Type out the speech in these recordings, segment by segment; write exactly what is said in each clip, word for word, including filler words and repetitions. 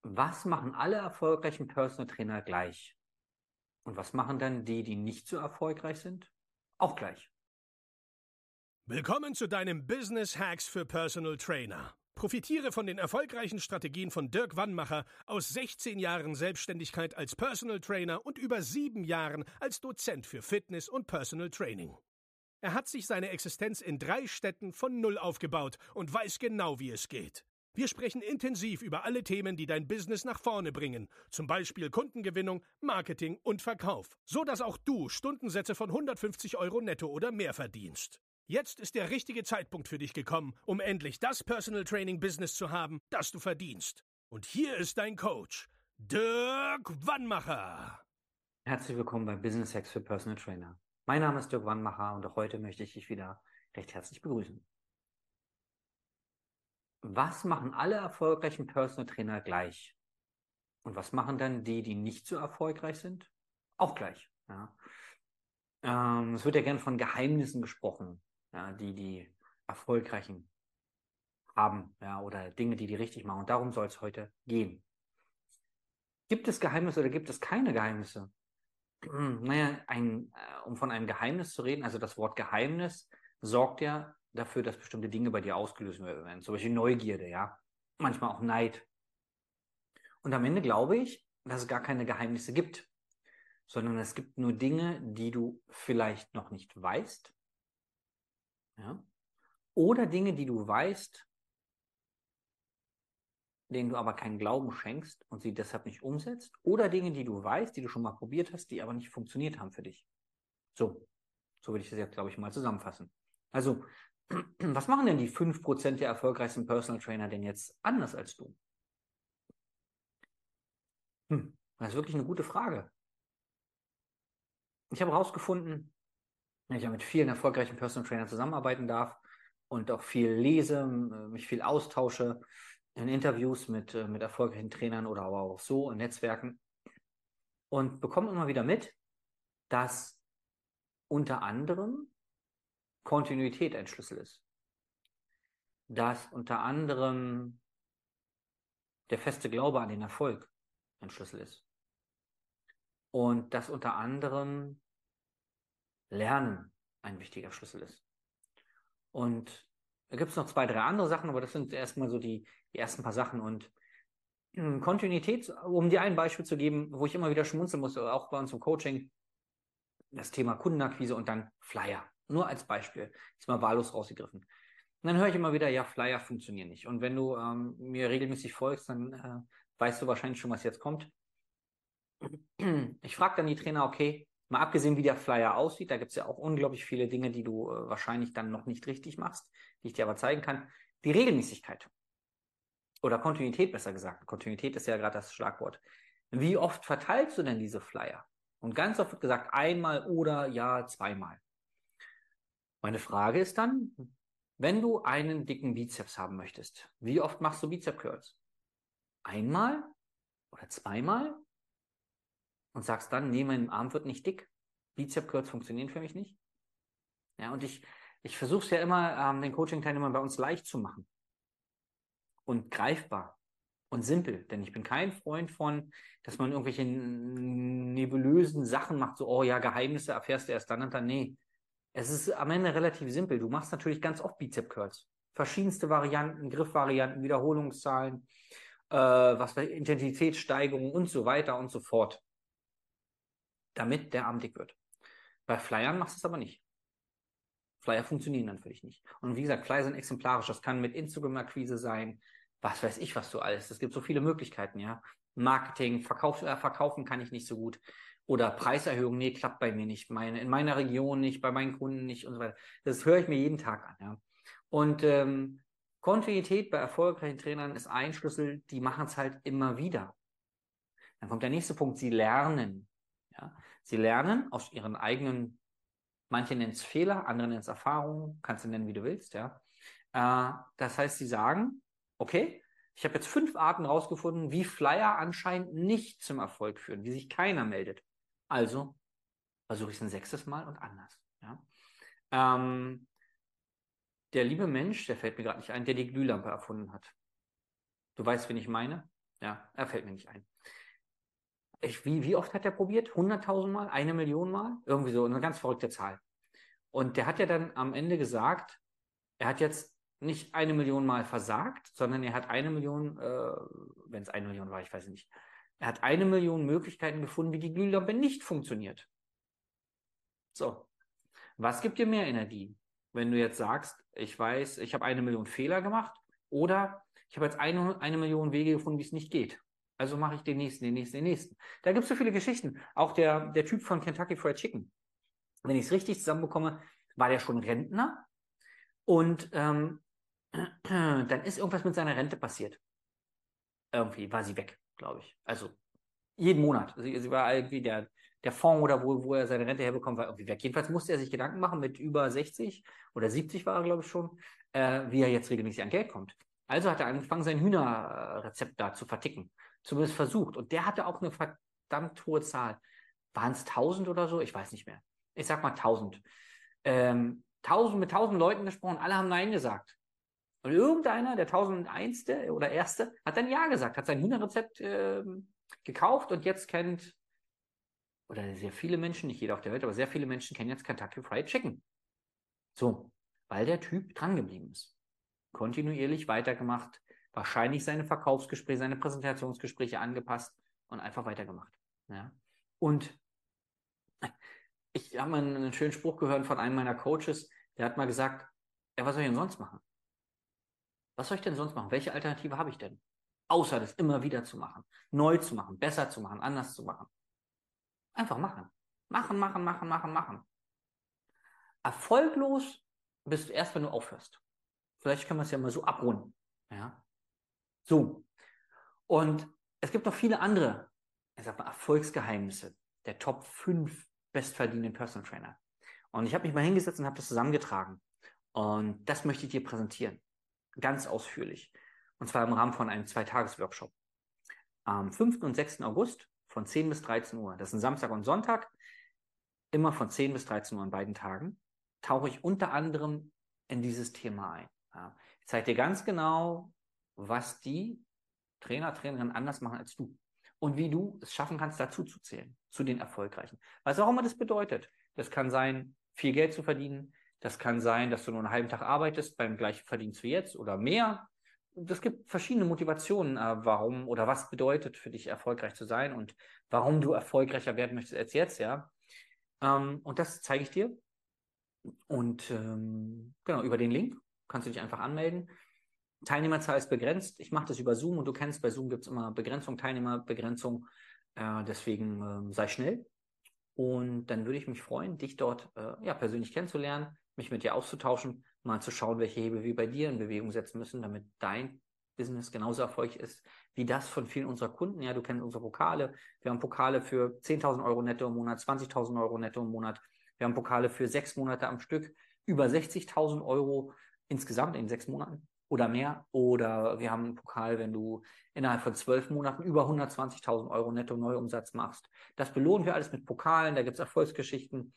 Was machen alle erfolgreichen Personal Trainer gleich? Und was machen dann die, die nicht so erfolgreich sind? Auch gleich. Willkommen zu deinem Business Hacks für Personal Trainer. Profitiere von den erfolgreichen Strategien von Dirk Wannmacher aus sechzehn Jahren Selbstständigkeit als Personal Trainer und über sieben Jahren als Dozent für Fitness und Personal Training. Er hat sich seine Existenz in drei Städten von Null aufgebaut und weiß genau, wie es geht. Wir sprechen intensiv über alle Themen, die dein Business nach vorne bringen, zum Beispiel Kundengewinnung, Marketing und Verkauf, so dass auch du Stundensätze von hundertfünfzig Euro netto oder mehr verdienst. Jetzt ist der richtige Zeitpunkt für dich gekommen, um endlich das Personal Training Business zu haben, das du verdienst. Und hier ist dein Coach, Dirk Wannmacher. Herzlich willkommen bei Business Hacks für Personal Trainer. Mein Name ist Dirk Wannmacher und auch heute möchte ich dich wieder recht herzlich begrüßen. Was machen alle erfolgreichen Personal Trainer gleich? Und was machen dann die, die nicht so erfolgreich sind? Auch gleich. Ja. Ähm, es wird ja gern von Geheimnissen gesprochen, ja, die die Erfolgreichen haben, ja, oder Dinge, die die richtig machen. Und darum soll es heute gehen. Gibt es Geheimnisse oder gibt es keine Geheimnisse? Naja, ein, äh, um von einem Geheimnis zu reden, also das Wort Geheimnis sorgt ja dafür, dass bestimmte Dinge bei dir ausgelöst werden. Zum Beispiel Neugierde, ja. Manchmal auch Neid. Und am Ende glaube ich, dass es gar keine Geheimnisse gibt, sondern es gibt nur Dinge, die du vielleicht noch nicht weißt, ja. Oder Dinge, die du weißt, denen du aber keinen Glauben schenkst und sie deshalb nicht umsetzt. Oder Dinge, die du weißt, die du schon mal probiert hast, die aber nicht funktioniert haben für dich. So, so würde ich das jetzt, glaube ich, mal zusammenfassen. Also, was machen denn die fünf Prozent der erfolgreichsten Personal Trainer denn jetzt anders als du? Hm, das ist wirklich eine gute Frage. Ich habe herausgefunden, dass ich ja mit vielen erfolgreichen Personal Trainern zusammenarbeiten darf und auch viel lese, mich viel austausche in Interviews mit, mit erfolgreichen Trainern oder aber auch so in Netzwerken und bekomme immer wieder mit, dass unter anderem Kontinuität ein Schlüssel ist. Dass unter anderem der feste Glaube an den Erfolg ein Schlüssel ist. Und dass unter anderem Lernen ein wichtiger Schlüssel ist. Und da gibt es noch zwei, drei andere Sachen, aber das sind erstmal so die, die ersten paar Sachen. Und mh, Kontinuität, um dir ein Beispiel zu geben, wo ich immer wieder schmunzeln muss, auch bei uns im Coaching, das Thema Kundenakquise und dann Flyer. Nur als Beispiel. Ist mal wahllos rausgegriffen. Und dann höre ich immer wieder, ja, Flyer funktionieren nicht. Und wenn du ähm, mir regelmäßig folgst, dann äh, weißt du wahrscheinlich schon, was jetzt kommt. Ich frage dann die Trainer, okay, mal abgesehen, wie der Flyer aussieht, da gibt es ja auch unglaublich viele Dinge, die du äh, wahrscheinlich dann noch nicht richtig machst, die ich dir aber zeigen kann. Die Regelmäßigkeit oder Kontinuität, besser gesagt. Kontinuität ist ja gerade das Schlagwort. Wie oft verteilst du denn diese Flyer? Und ganz oft wird gesagt, einmal oder ja, zweimal. Meine Frage ist dann, wenn du einen dicken Bizeps haben möchtest, wie oft machst du Bizep Curls? Einmal oder zweimal? Und sagst dann, nee, mein Arm wird nicht dick. Bizep Curls funktionieren für mich nicht. Ja, und ich, ich versuche es ja immer, ähm, den Coaching-Teilnehmern bei uns leicht zu machen. Und greifbar und simpel. Denn ich bin kein Freund von, dass man irgendwelche nebulösen Sachen macht, so, oh ja, Geheimnisse erfährst du erst dann und dann. Nee. Es ist am Ende relativ simpel. Du machst natürlich ganz oft Bizep Curls. Verschiedenste Varianten, Griffvarianten, Wiederholungszahlen, äh, was für Intensitätssteigerungen und so weiter und so fort. Damit der Arm dick wird. Bei Flyern machst du es aber nicht. Flyer funktionieren dann für dich nicht. Und wie gesagt, Flyer sind exemplarisch. Das kann mit Instagram-Akquise sein, was weiß ich, was du alles. Es gibt so viele Möglichkeiten, ja. Marketing, Verkauf, äh, verkaufen kann ich nicht so gut. Oder Preiserhöhung, nee, klappt bei mir nicht. Meine, in meiner Region nicht, bei meinen Kunden nicht und so weiter. Das höre ich mir jeden Tag an, ja. Und ähm, Kontinuität bei erfolgreichen Trainern ist ein Schlüssel, die machen es halt immer wieder. Dann kommt der nächste Punkt, sie lernen. Ja? Sie lernen aus ihren eigenen, manche nennen es Fehler, andere nennen es Erfahrungen, kannst du nennen, wie du willst. Ja? Äh, das heißt, sie sagen, okay, ich habe jetzt fünf Arten rausgefunden, wie Flyer anscheinend nicht zum Erfolg führen, wie sich keiner meldet. Also versuche ich es ein sechstes Mal und anders. Ja? Ähm, der liebe Mensch, der fällt mir gerade nicht ein, der die Glühlampe erfunden hat. Du weißt, wen ich meine? Ja, er fällt mir nicht ein. Ich, wie, wie oft hat er probiert? hunderttausend Mal? Eine Million Mal? Irgendwie so, eine ganz verrückte Zahl. Und der hat ja dann am Ende gesagt, er hat jetzt nicht eine Million Mal versagt, sondern er hat eine Million, äh, wenn es eine Million war, ich weiß nicht, er hat eine Million Möglichkeiten gefunden, wie die Glühlampe nicht funktioniert. So, was gibt dir mehr Energie? Wenn du jetzt sagst, ich weiß, ich habe eine Million Fehler gemacht oder ich habe jetzt eine, eine Million Wege gefunden, wie es nicht geht. Also mache ich den nächsten, den nächsten, den nächsten. Da gibt es so viele Geschichten. Auch der, der Typ von Kentucky Fried Chicken. Wenn ich es richtig zusammenbekomme, war der schon Rentner und ähm, dann ist irgendwas mit seiner Rente passiert. Irgendwie war sie weg, glaube ich. Also jeden Monat. Sie, sie war irgendwie der, der Fonds oder wo, wo er seine Rente herbekommt, war irgendwie weg. Jedenfalls musste er sich Gedanken machen mit über sechzig oder siebzig war er, glaube ich, schon, äh, wie er jetzt regelmäßig an Geld kommt. Also hat er angefangen, sein Hühnerrezept da zu verticken. Zumindest versucht. Und der hatte auch eine verdammt hohe Zahl. Waren es tausend oder so? Ich weiß nicht mehr. Ich sag mal tausend. Ähm, tausend mit tausend Leuten gesprochen, alle haben Nein gesagt. Und irgendeiner, der tausendeins oder Erste, hat dann Ja gesagt, hat sein Hühnerrezept äh, gekauft und jetzt kennt, oder sehr viele Menschen, nicht jeder auf der Welt, aber sehr viele Menschen kennen jetzt Kentucky Fried Chicken. So, weil der Typ dran geblieben ist. Kontinuierlich weitergemacht, wahrscheinlich seine Verkaufsgespräche, seine Präsentationsgespräche angepasst und einfach weitergemacht. Ja? Und ich habe mal einen schönen Spruch gehört von einem meiner Coaches, der hat mal gesagt, ja, was soll ich denn sonst machen? Was soll ich denn sonst machen? Welche Alternative habe ich denn? Außer das immer wieder zu machen, neu zu machen, besser zu machen, anders zu machen. Einfach machen. Machen, machen, machen, machen, machen. Erfolglos bist du erst, wenn du aufhörst. Vielleicht können wir es ja mal so abrunden. Ja? So. Und es gibt noch viele andere, ich sag mal, Erfolgsgeheimnisse der Top fünf bestverdienenden Personal Trainer. Und ich habe mich mal hingesetzt und habe das zusammengetragen. Und das möchte ich dir präsentieren. Ganz ausführlich. Und zwar im Rahmen von einem Zweitages-Workshop. Am fünften und sechsten August von zehn bis dreizehn Uhr. Das ist ein Samstag und Sonntag. Immer von zehn bis dreizehn Uhr an beiden Tagen. Tauche ich unter anderem in dieses Thema ein. Ja. Ich zeige dir ganz genau, was die Trainer, Trainerinnen anders machen als du. Und wie du es schaffen kannst, dazu zu zählen, zu den Erfolgreichen. Was auch immer das bedeutet. Das kann sein, viel Geld zu verdienen. Das kann sein, dass du nur einen halben Tag arbeitest beim gleichen Verdienst wie jetzt oder mehr. Es gibt verschiedene Motivationen, warum oder was bedeutet für dich erfolgreich zu sein und warum du erfolgreicher werden möchtest als jetzt, ja. Und das zeige ich dir. Und ähm, genau, über den Link kannst du dich einfach anmelden. Teilnehmerzahl ist begrenzt. Ich mache das über Zoom und du kennst, bei Zoom gibt es immer Begrenzung, Teilnehmerbegrenzung. Äh, deswegen ähm, sei schnell. Und dann würde ich mich freuen, dich dort äh, ja, persönlich kennenzulernen, mich mit dir auszutauschen, mal zu schauen, welche Hebel wir bei dir in Bewegung setzen müssen, damit dein Business genauso erfolgreich ist wie das von vielen unserer Kunden. Ja, du kennst unsere Pokale. Wir haben Pokale für zehntausend Euro netto im Monat, zwanzigtausend Euro netto im Monat. Wir haben Pokale für sechs Monate am Stück, über sechzigtausend Euro insgesamt in sechs Monaten oder mehr. Oder wir haben einen Pokal, wenn du innerhalb von zwölf Monaten über hundertzwanzigtausend Euro netto Neuumsatz machst. Das belohnen wir alles mit Pokalen, da gibt es Erfolgsgeschichten.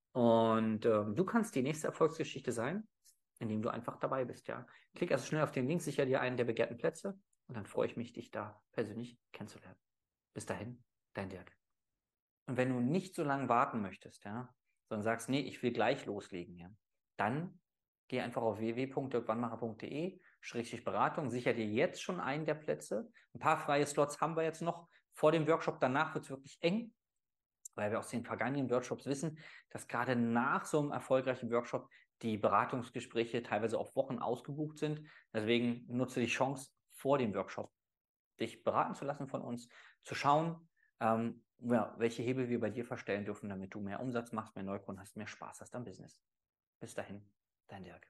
Und ähm, du kannst die nächste Erfolgsgeschichte sein, indem du einfach dabei bist. Ja. Klick also schnell auf den Link, sicher dir einen der begehrten Plätze und dann freue ich mich, dich da persönlich kennenzulernen. Bis dahin, dein Dirk. Und wenn du nicht so lange warten möchtest, ja, sondern sagst, nee, ich will gleich loslegen, ja, dann geh einfach auf w w w punkt dirk wannmacher punkt d e Schrägstrich Beratung, sicher dir jetzt schon einen der Plätze. Ein paar freie Slots haben wir jetzt noch vor dem Workshop. Danach wird es wirklich eng, weil wir aus den vergangenen Workshops wissen, dass gerade nach so einem erfolgreichen Workshop die Beratungsgespräche teilweise auf Wochen ausgebucht sind. Deswegen nutze die Chance vor dem Workshop, dich beraten zu lassen von uns, zu schauen, ähm, ja, welche Hebel wir bei dir verstellen dürfen, damit du mehr Umsatz machst, mehr Neukunden hast, mehr Spaß hast am Business. Bis dahin, dein Dirk.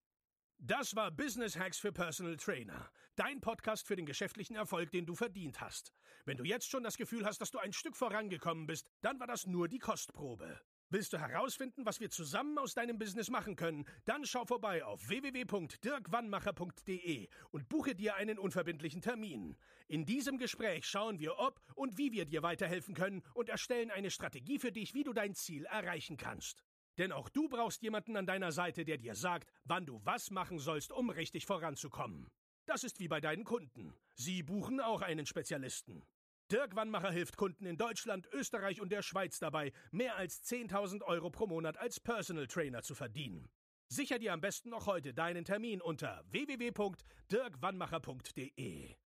Das war Business Hacks für Personal Trainer. Dein Podcast für den geschäftlichen Erfolg, den du verdient hast. Wenn du jetzt schon das Gefühl hast, dass du ein Stück vorangekommen bist, dann war das nur die Kostprobe. Willst du herausfinden, was wir zusammen aus deinem Business machen können? Dann schau vorbei auf w w w punkt dirk wannmacher punkt d e und buche dir einen unverbindlichen Termin. In diesem Gespräch schauen wir, ob und wie wir dir weiterhelfen können und erstellen eine Strategie für dich, wie du dein Ziel erreichen kannst. Denn auch du brauchst jemanden an deiner Seite, der dir sagt, wann du was machen sollst, um richtig voranzukommen. Das ist wie bei deinen Kunden. Sie buchen auch einen Spezialisten. Dirk Wannmacher hilft Kunden in Deutschland, Österreich und der Schweiz dabei, mehr als zehntausend Euro pro Monat als Personal Trainer zu verdienen. Sicher dir am besten noch heute deinen Termin unter w w w punkt dirk wannmacher punkt d e.